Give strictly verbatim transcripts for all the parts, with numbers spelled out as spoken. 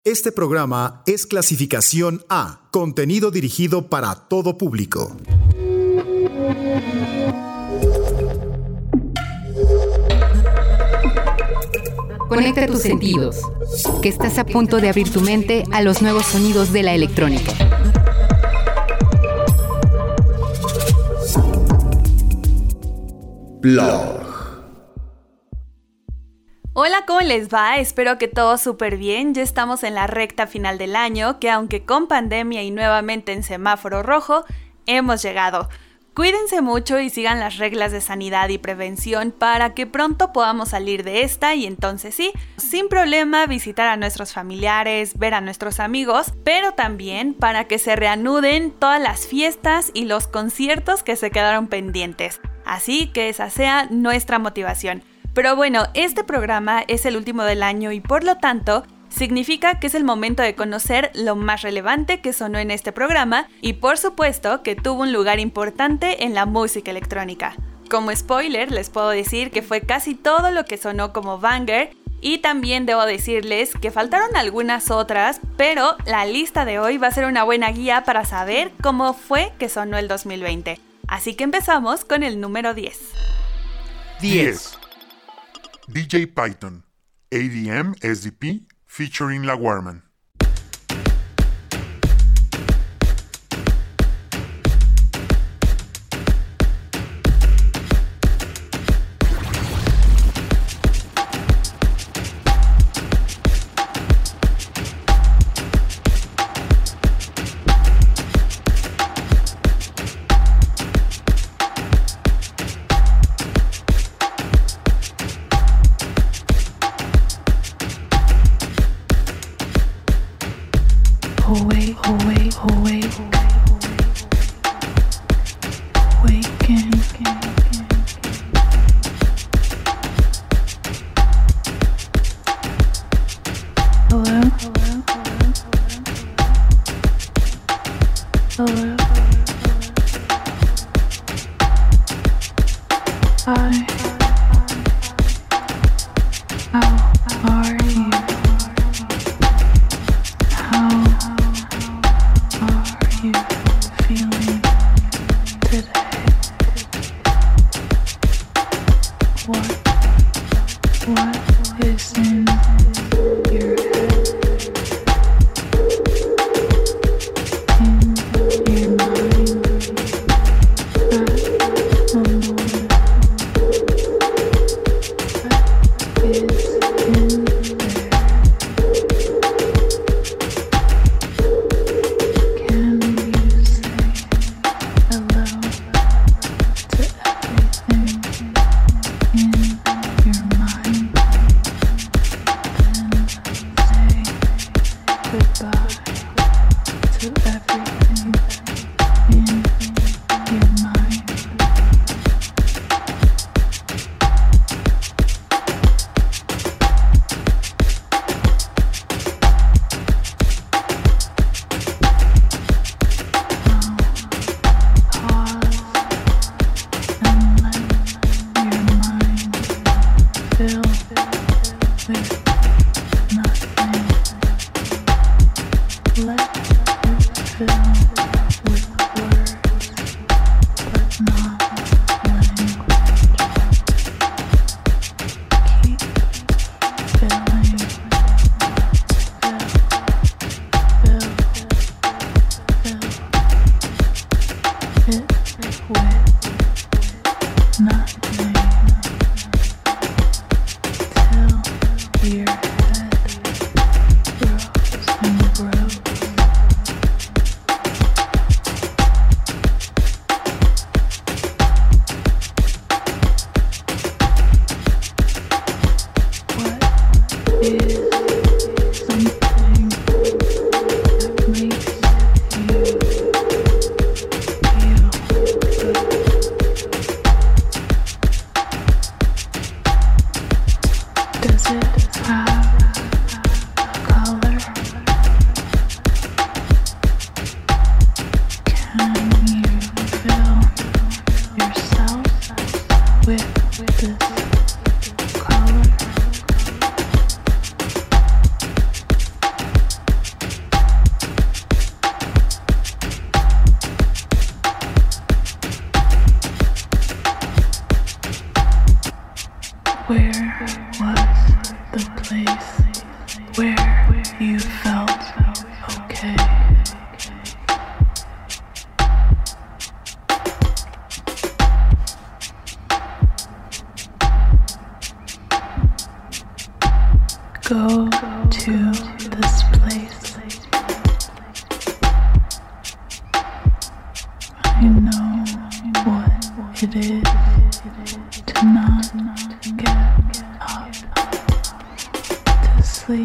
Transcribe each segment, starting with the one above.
Este programa es clasificación A, contenido dirigido para todo público. Conecta tus sentidos, que estás a punto de abrir tu mente a los nuevos sonidos de la electrónica. Blog. Hola, ¿cómo les va? Espero que todo súper bien. Ya estamos en la recta final del año, que aunque con pandemia y nuevamente en semáforo rojo, hemos llegado. Cuídense mucho y sigan las reglas de sanidad y prevención para que pronto podamos salir de esta y entonces sí, sin problema visitar a nuestros familiares, ver a nuestros amigos, pero también para que se reanuden todas las fiestas y los conciertos que se quedaron pendientes. Así que esa sea nuestra motivación. Pero bueno, este programa es el último del año y por lo tanto significa que es el momento de conocer lo más relevante que sonó en este programa y por supuesto que tuvo un lugar importante en la música electrónica. Como spoiler les puedo decir que fue casi todo lo que sonó como banger y también debo decirles que faltaron algunas otras, pero la lista de hoy va a ser una buena guía para saber cómo fue que sonó el dos mil veinte. Así que empezamos con el número diez. diez. D J Python, A D M S D P, featuring La Warman. Awake, awake, awake, awaken. Hello, hello, hello. Hi. How are you? Let it fill. you felt okay. Go to this place. I know what it is to not get up to sleep,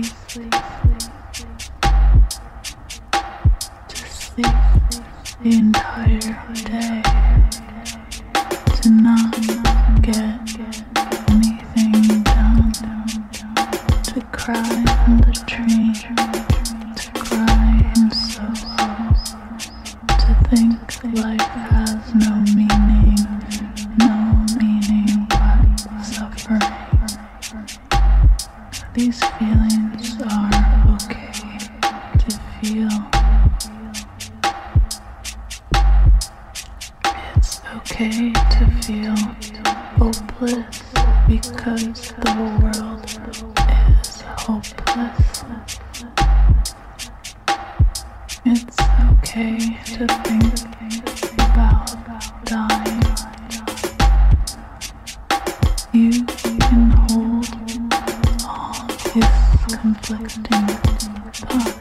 to sleep the entire day, to not get anything done, to cry in the train, to cry in Soho, to think life has no meaning, no meaning but suffering. These feelings are okay to feel. It's okay to feel hopeless because the world is hopeless. It's okay to think about dying. You can hold all these conflicting thoughts.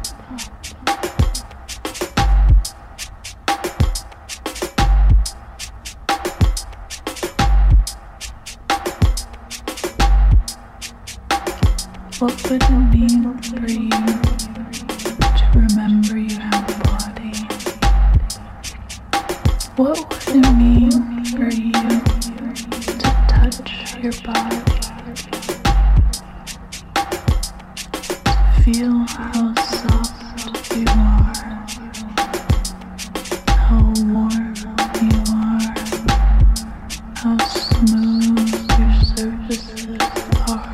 What would it mean for you to remember you have a body? What would it mean for you to touch your body? To feel how soft you are, how warm you are, how smooth your surfaces are.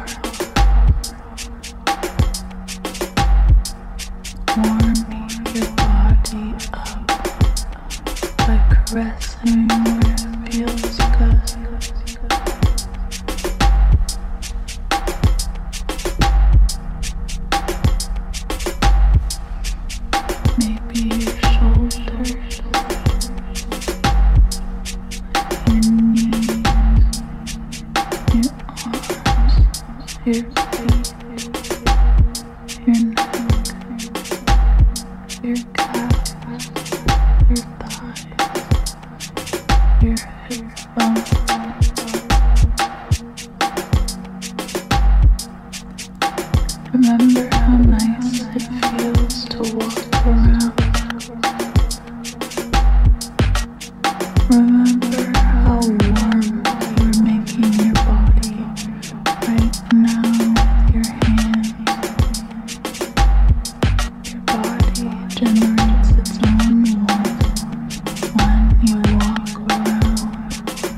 Warm your body up by caressing where it feels good. Maybe your shoulders, your knees, your arms, your feet, your neck, your calves, your thighs, your hip bones. Remember how nice it feels to walk around. Remember how warm you're making your body right now with your hands. Your body generates its own warmth when you walk around.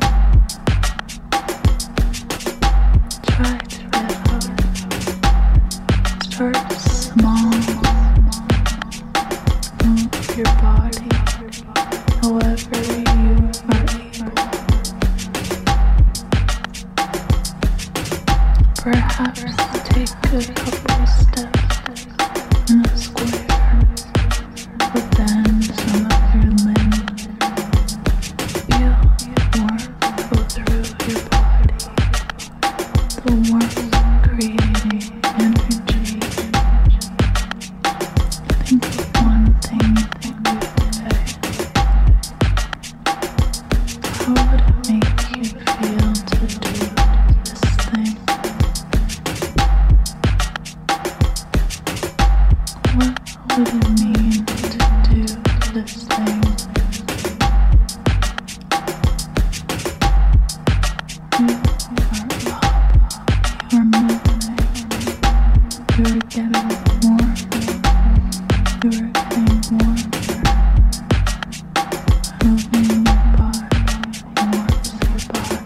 Try to get up. Start small. Move your body however you are able. Perhaps take a couple steps in a square, but then some of your limbs. Feel warmth go through your body. The warmth creating energy. Think of one thing you can do today. How would it make you feel to do this thing? What would it mean to do this thing? You are up, you are moving, you are getting warm, you are getting warmer. Moving your body warms your body.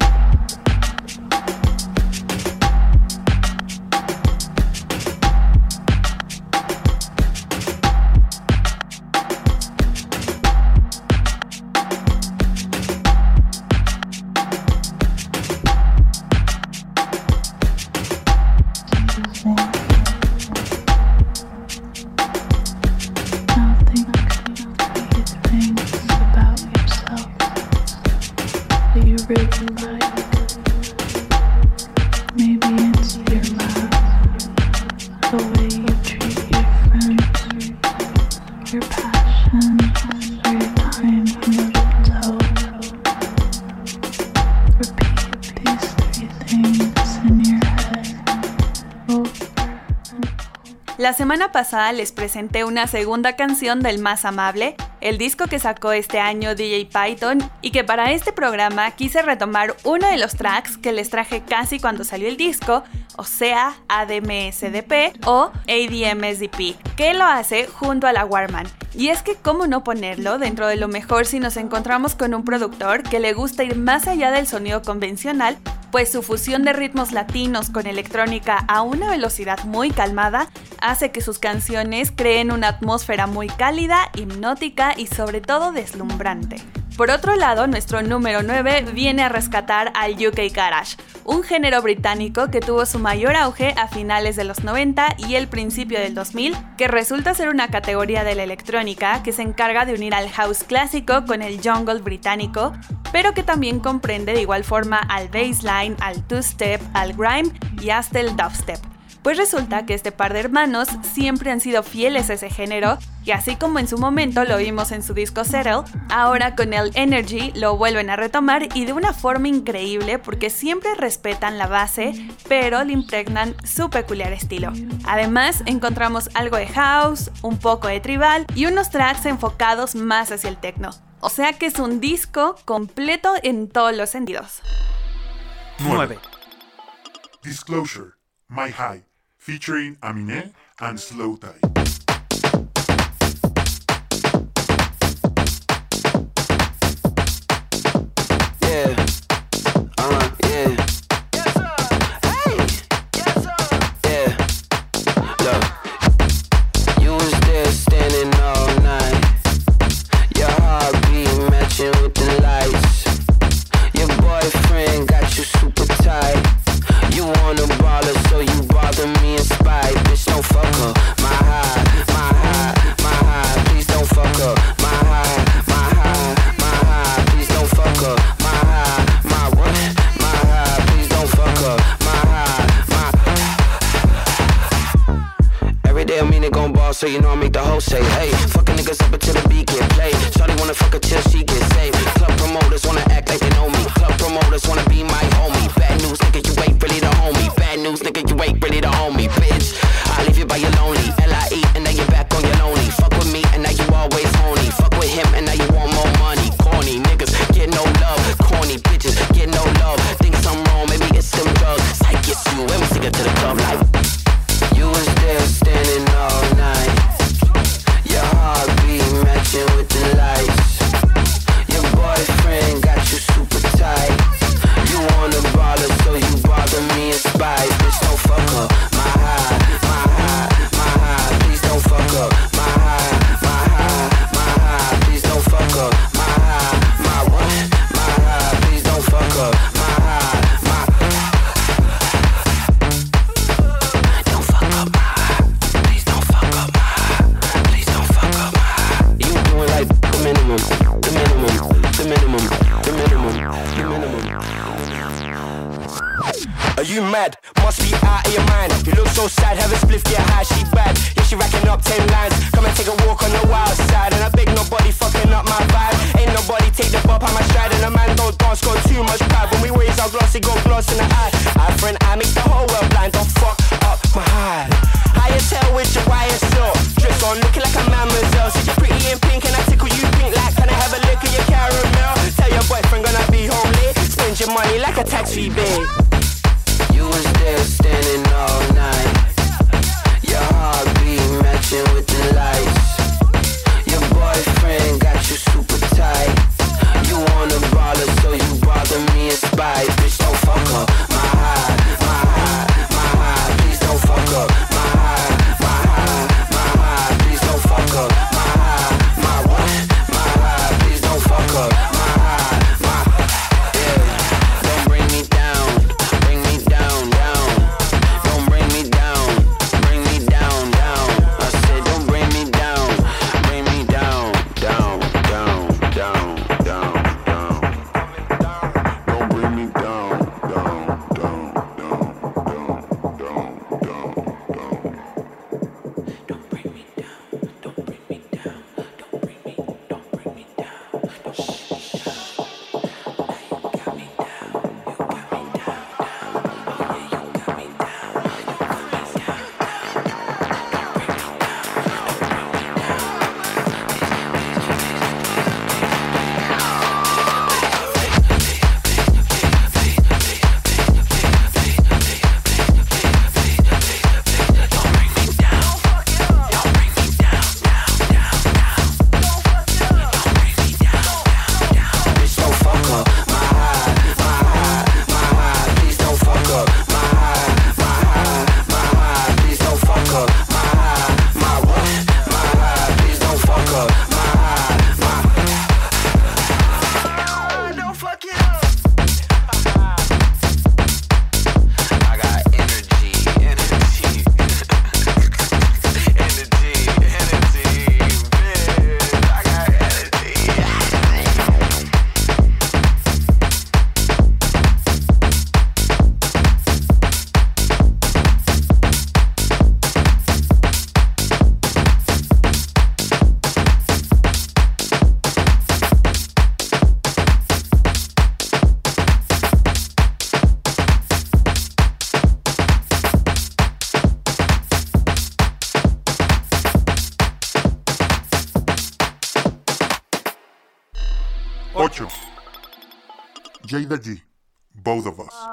La semana pasada les presenté una segunda canción del Más Amable, el disco que sacó este año D J Python, y que para este programa quise retomar uno de los tracks que les traje casi cuando salió el disco, o sea, A D M S D P o A D M S D P, que lo hace junto a la Warman. Y es que cómo no ponerlo dentro de lo mejor si nos encontramos con un productor que le gusta ir más allá del sonido convencional, pues su fusión de ritmos latinos con electrónica a una velocidad muy calmada hace que sus canciones creen una atmósfera muy cálida, hipnótica y sobre todo deslumbrante. Por otro lado, nuestro número nueve viene a rescatar al U K Garage, un género británico que tuvo su mayor auge a finales de los noventa y el principio del dos mil, que resulta ser una categoría de la electrónica que se encarga de unir al house clásico con el jungle británico, pero que también comprende de igual forma al bassline, al two-step, al grime y hasta el dubstep. Pues resulta que este par de hermanos siempre han sido fieles a ese género, y así como en su momento lo vimos en su disco Settle, ahora con el Energy lo vuelven a retomar y de una forma increíble porque siempre respetan la base, pero le impregnan su peculiar estilo. Además, encontramos algo de house, un poco de tribal y unos tracks enfocados más hacia el techno. O sea que es un disco completo en todos los sentidos. nueve. Disclosure, My High, featuring Aminé and Slowthai. Yeah, uh, yeah. Yes, sir. Hey, yes, sir. Yeah, look, you was there standing all night. Your heartbeat matching with the lights. Your boyfriend got you super tight. You wanna baller, so you bother me in spite. Bitch, don't fuck her. My high, my high, my high. Please don't fuck her. My high, my high, my high. Please don't fuck her. My high, my what? My high. Please don't fuck her. My high, my. Every day I mean it gon' ball, so you know I make the hoe say, hey. Fucking niggas up until the beat get played. Shawty wanna fuck her till she get saved. Club promoters wanna act like they know me. Club promoters wanna be my homie. Bad news, nigga, you ain't really the homie. Bad news, nigga, you ain't really the homie, bitch. I leave you by your lonely. L I E, and now you're back on your lonely. Fuck with me, and now you always horny. Fuck with him, and now you want more money. Corny niggas get no love. Corny bitches get no love. Think something wrong, maybe it's them drugs. Psych, it's you, and we stick it to the club like. You was there standing all night. Your heartbeat matching with the lights. Your boyfriend got you super tight. You wanna baller, so you bother me in spite. Bitch, don't fuck her. My high, my high, my high. Please don't fuck her. My high, my high, my high. Please don't fuck her. My high, my what? My high. Please don't fuck her. My high, my. Don't fuck up my high. Please don't fuck up my high. Please don't fuck up my high. You doing like the minimum, the minimum, the minimum, the minimum, the minimum. Are you mad? Must be out of your mind. You look so sad, have a spliff, get high, she bad. Yeah, she racking up ten lines. Come and take a walk on the wild side. And I beg nobody fucking up my vibe. Ain't nobody take the bop on my stride. And a man don't dance, got too much pride. When we raise our glass, it got gloss in the eye. Eye for an eye, makes the whole world blind. Don't fuck up my high. Higher tail with your wire silk. Dress on, looking like a mademoiselle. Said you're pretty in pink and I tickle you pink. Like, can I have a look at your caramel? Tell your boyfriend gonna be home late. Spend your money like a tax-free babe. You was there standing all night. Your heartbeat matching with the lights. Your boyfriend got you super tight. You wanna baller, so you bother me in spite. Bitch, don't fuck her. My high, my high, my high. Please don't fuck her. My high, my high, my high. Please don't fuck her. My high, my what? My high. Please don't fuck her. My high, my. Yeah, don't bring me down. ocho. Jada G, Both of Us.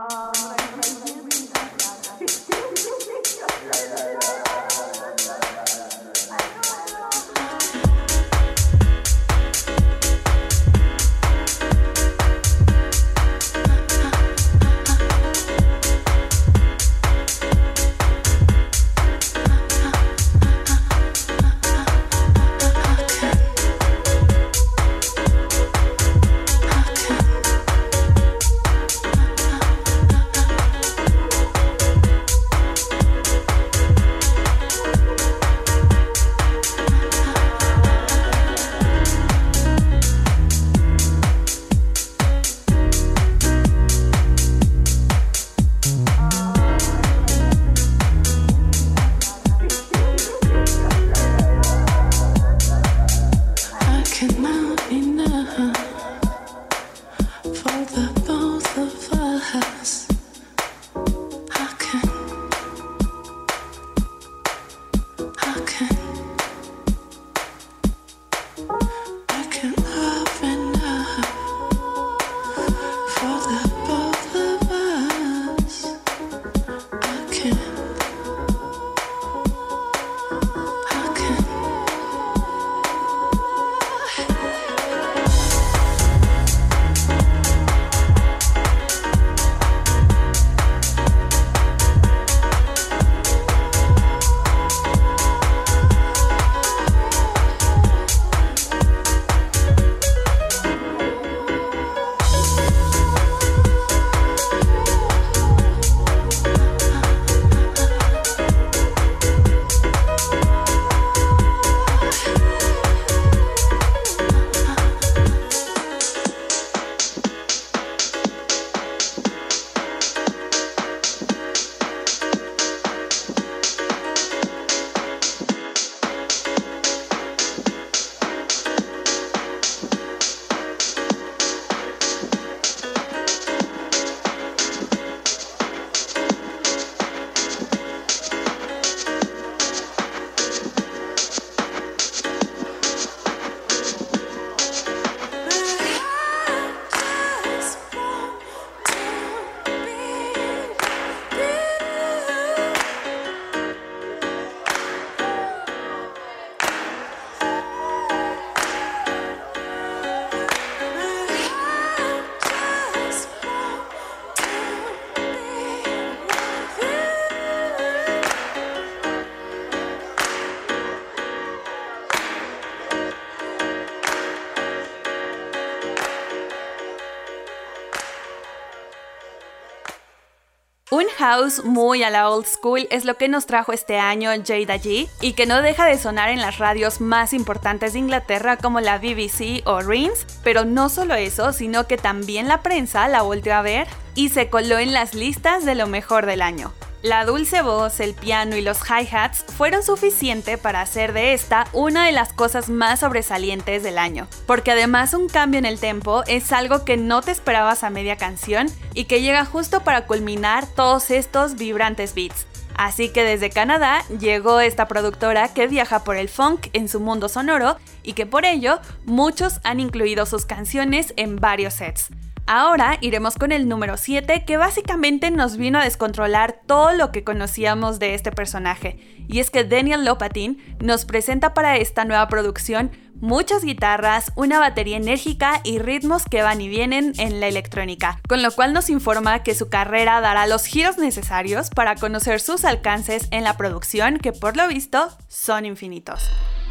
Un house muy a la old school es lo que nos trajo este año Jada G, y que no deja de sonar en las radios más importantes de Inglaterra como la B B C o Rinse, pero no solo eso, sino que también la prensa la volvió a ver y se coló en las listas de lo mejor del año. La dulce voz, el piano y los hi-hats fueron suficiente para hacer de esta una de las cosas más sobresalientes del año, porque además un cambio en el tempo es algo que no te esperabas a media canción y que llega justo para culminar todos estos vibrantes beats. Así que desde Canadá llegó esta productora que viaja por el funk en su mundo sonoro y que por ello muchos han incluido sus canciones en varios sets. Ahora iremos con el número siete, que básicamente nos vino a descontrolar todo lo que conocíamos de este personaje, y es que Daniel Lopatin nos presenta para esta nueva producción muchas guitarras, una batería enérgica y ritmos que van y vienen en la electrónica, con lo cual nos informa que su carrera dará los giros necesarios para conocer sus alcances en la producción, que por lo visto son infinitos.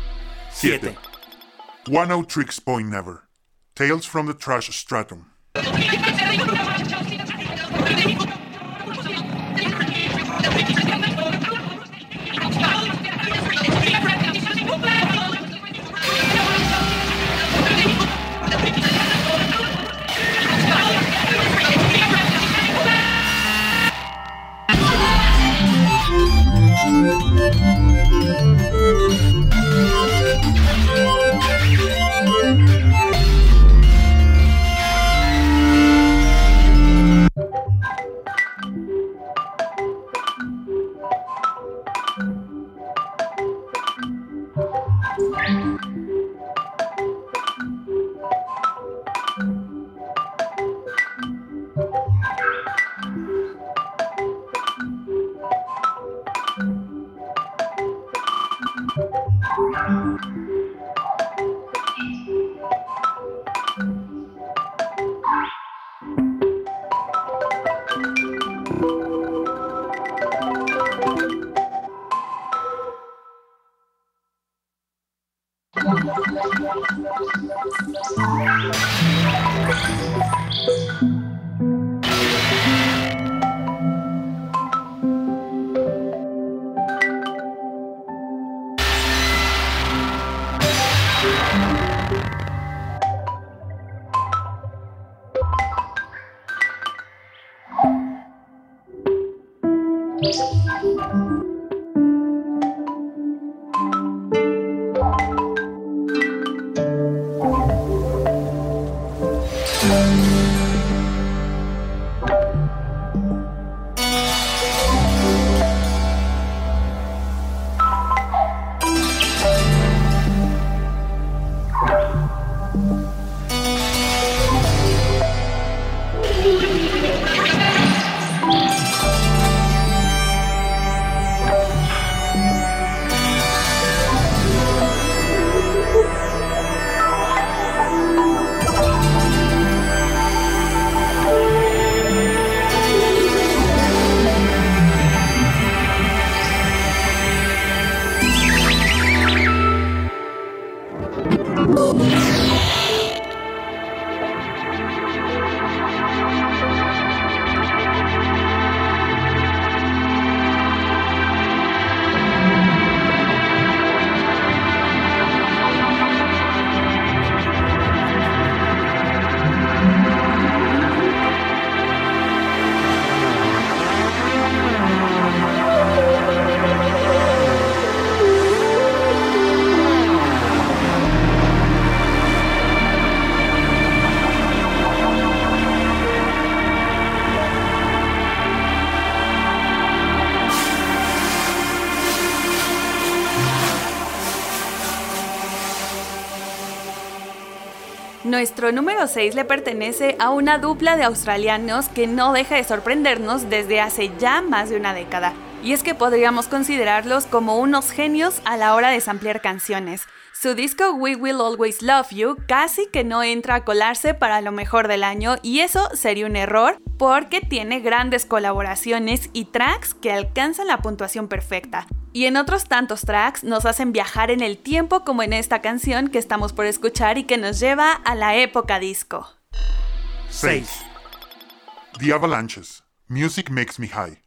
siete. One Out Tricks Point Never. Tales from the Trash Stratum. Nuestro número seis le pertenece a una dupla de australianos que no deja de sorprendernos desde hace ya más de una década. Y es que podríamos considerarlos como unos genios a la hora de samplear canciones. Su disco We Will Always Love You casi que no entra a colarse para lo mejor del año, y eso sería un error porque tiene grandes colaboraciones y tracks que alcanzan la puntuación perfecta. Y en otros tantos tracks nos hacen viajar en el tiempo, como en esta canción que estamos por escuchar y que nos lleva a la época disco. seis. The Avalanches. Music Makes Me High.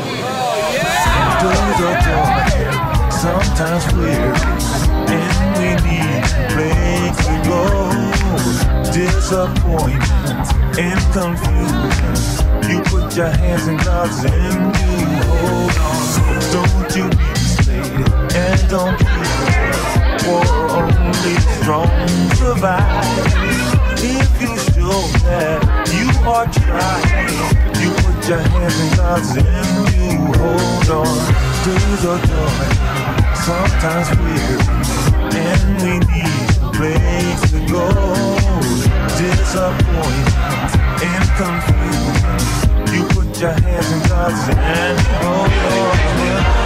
Sometimes we're and we need place to go. Disappointment and confusion. You put your hands in God's and you hold on. Don't you be misled and don't keep for only strong survive. If you show that you are trying, you put your hands in God's and you hold on. Days are dark. Sometimes we're and we need a place to go. Disappointment and confusion. You put your hands in God's hand. Oh, Lord.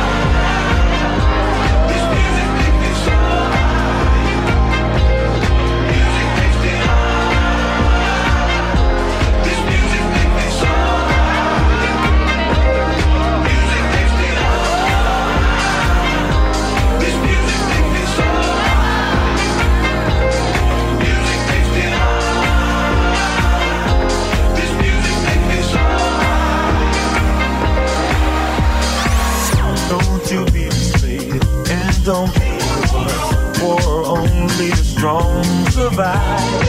Don't be for only the strong survive.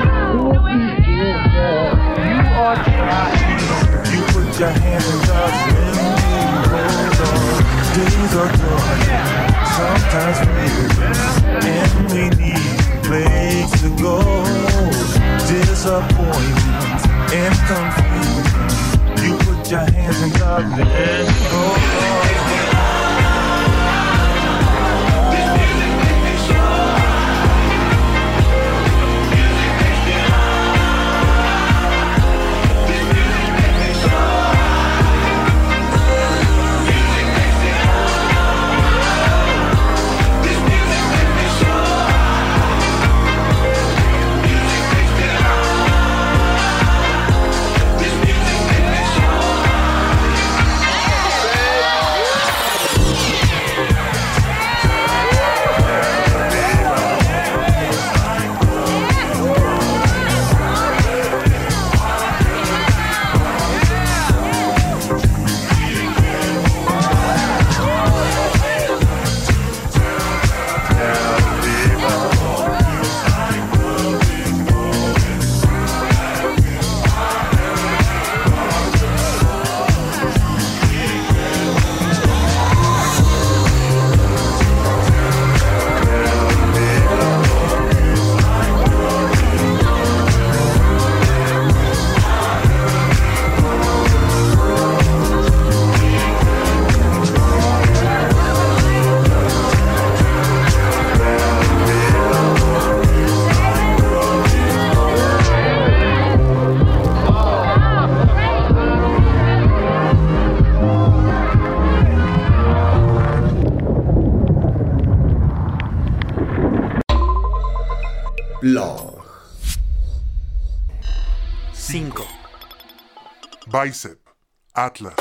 You are trying. You put your hands in God's hand. You hold on. Days are dark. Sometimes we're and we need a place to go. Disappointment and confusion. You put your hands in God's hand. You hold on. This Log. cinco. Bicep, Atlas.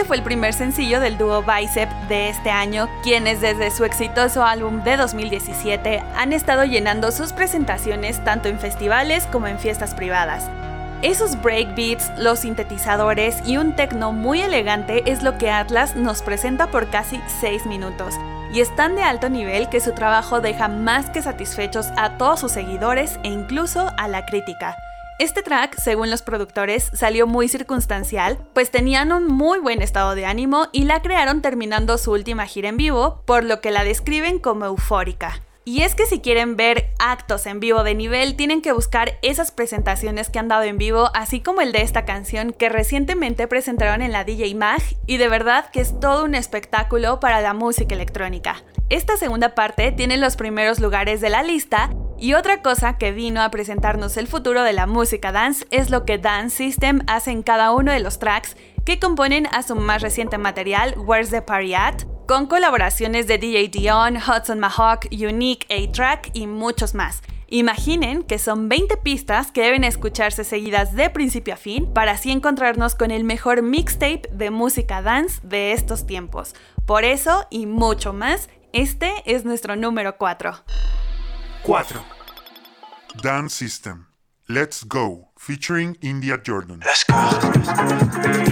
fue el primer sencillo del dúo Bicep de este año, quienes desde su exitoso álbum de dos mil diecisiete han estado llenando sus presentaciones tanto en festivales como en fiestas privadas. Esos breakbeats, los sintetizadores y un techno muy elegante es lo que Atlas nos presenta por casi seis minutos, y es tan de alto nivel que su trabajo deja más que satisfechos a todos sus seguidores e incluso a la crítica. Este track, según los productores, salió muy circunstancial, pues tenían un muy buen estado de ánimo y la crearon terminando su última gira en vivo, por lo que la describen como eufórica. Y es que si quieren ver actos en vivo de nivel, tienen que buscar esas presentaciones que han dado en vivo, así como el de esta canción que recientemente presentaron en la D J Mag, y de verdad que es todo un espectáculo para la música electrónica. Esta segunda parte tiene los primeros lugares de la lista, y otra cosa que vino a presentarnos el futuro de la música dance es lo que Dance System hace en cada uno de los tracks que componen a su más reciente material, Where's the Party At?, con colaboraciones de D J Dion, Hudson Mahawk, Unique, A-Track y muchos más. Imaginen que son veinte pistas que deben escucharse seguidas de principio a fin para así encontrarnos con el mejor mixtape de música dance de estos tiempos. Por eso y mucho más, este es nuestro número cuatro. cuatro. Dance System, Let's Go, featuring India Jordan. Let's go.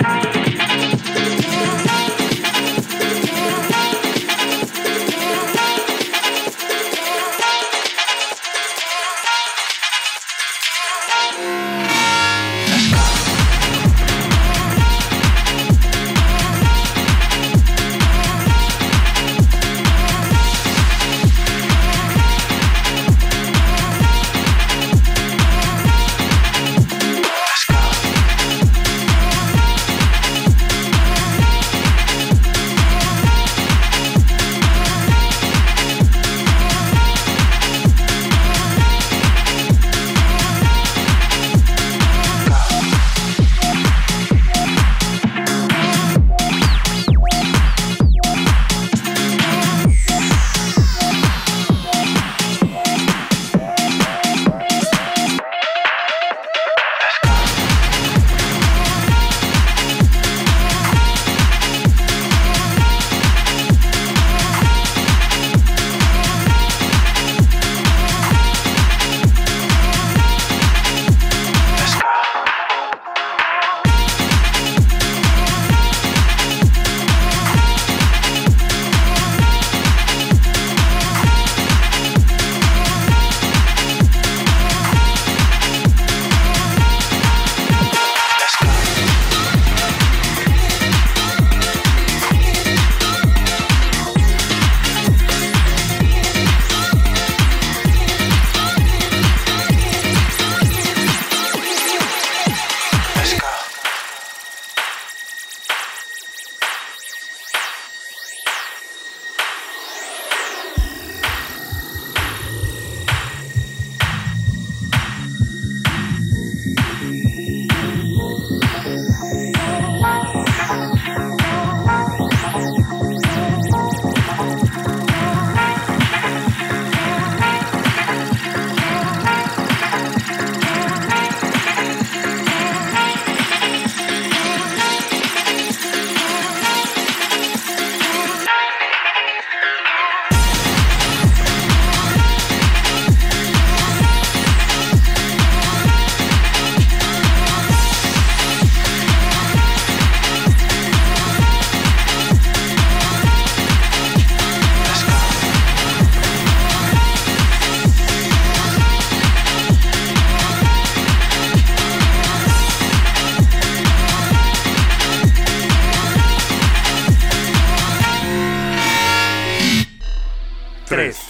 tres.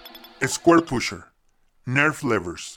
Square Pusher, Nerve Levers.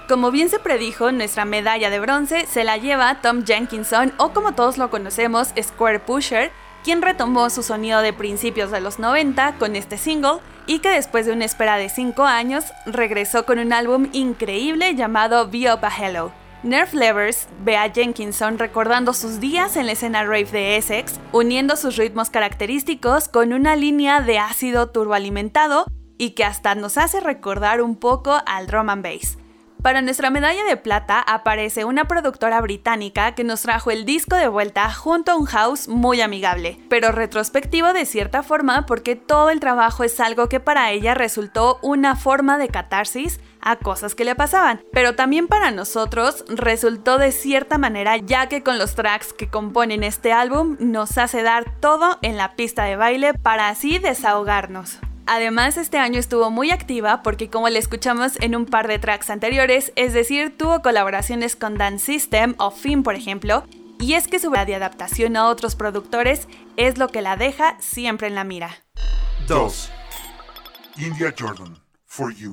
Como bien se predijo, nuestra medalla de bronce se la lleva Tom Jenkinson, o como todos lo conocemos, Squarepusher, quien retomó su sonido de principios de los noventa con este single y que después de una espera de cinco años regresó con un álbum increíble llamado Be Up a Hello. Nerve Lovers ve a Jenkinson recordando sus días en la escena rave de Essex, uniendo sus ritmos característicos con una línea de ácido turboalimentado y que hasta nos hace recordar un poco al drum and bass. Para nuestra medalla de plata aparece una productora británica que nos trajo el disco de vuelta junto a un house muy amigable, pero retrospectivo de cierta forma porque todo el trabajo es algo que para ella resultó una forma de catarsis a cosas que le pasaban, pero también para nosotros resultó de cierta manera, ya que con los tracks que componen este álbum nos hace dar todo en la pista de baile para así desahogarnos. Además, este año estuvo muy activa porque, como le escuchamos en un par de tracks anteriores, es decir, tuvo colaboraciones con Dance System o Finn, por ejemplo, y es que su de adaptación a otros productores es lo que la deja siempre en la mira. dos. India Jordan, For You.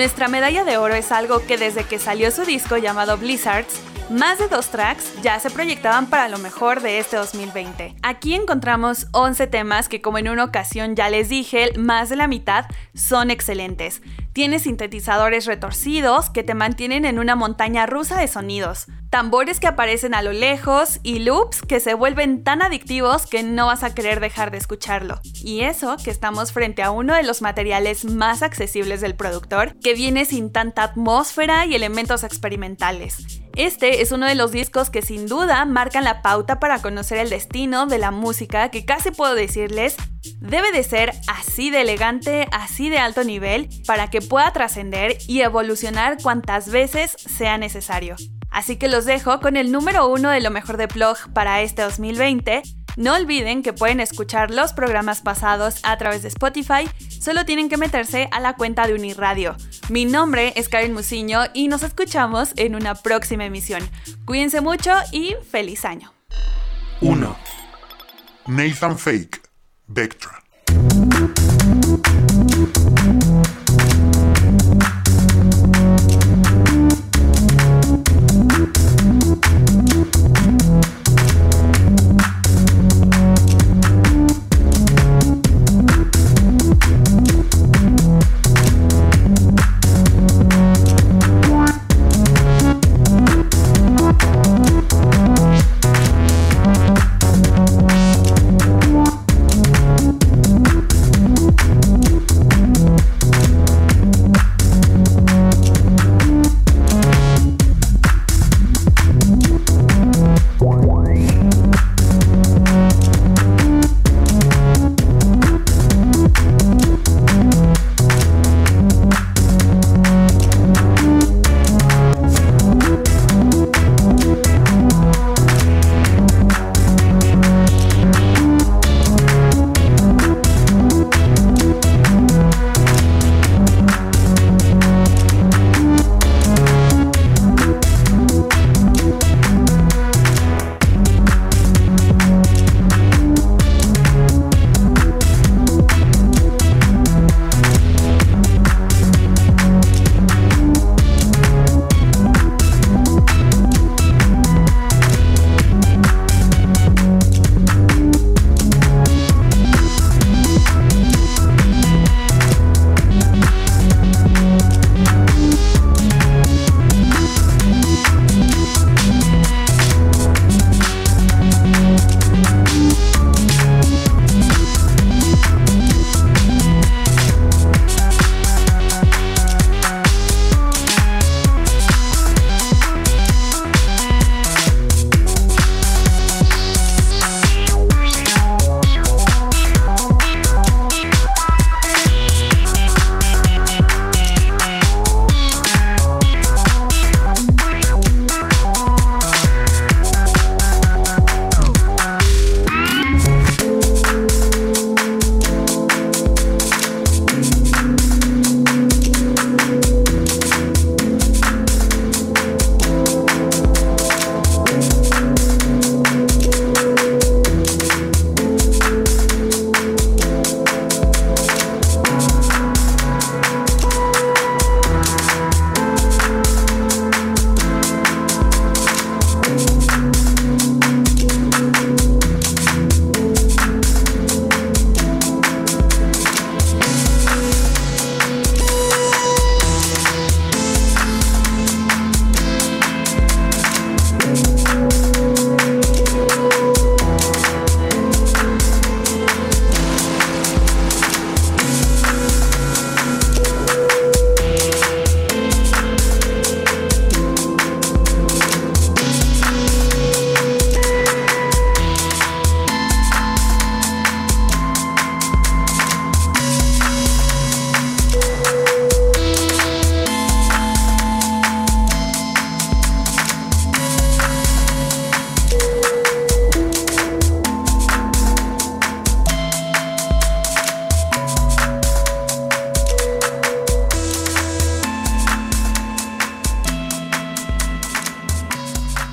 Nuestra medalla de oro es algo que desde que salió su disco llamado Blizzards, más de dos tracks ya se proyectaban para lo mejor de este dos mil veinte. Aquí encontramos once temas que, como en una ocasión ya les dije, más de la mitad son excelentes. Tiene sintetizadores retorcidos que te mantienen en una montaña rusa de sonidos, tambores que aparecen a lo lejos y loops que se vuelven tan adictivos que no vas a querer dejar de escucharlo. Y eso que estamos frente a uno de los materiales más accesibles del productor, que viene sin tanta atmósfera y elementos experimentales. Este es uno de los discos que sin duda marcan la pauta para conocer el destino de la música, que casi puedo decirles debe de ser así de elegante, así de alto nivel, para que pueda trascender y evolucionar cuantas veces sea necesario. Así que los dejo con el número uno de lo mejor de Plug para este dos mil veinte. No olviden que pueden escuchar los programas pasados a través de Spotify, solo tienen que meterse a la cuenta de Uniradio. Mi nombre es Karen Musiño y nos escuchamos en una próxima emisión. Cuídense mucho y feliz año. uno. Nathan Fake, Vectra.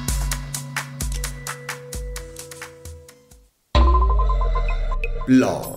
Plug.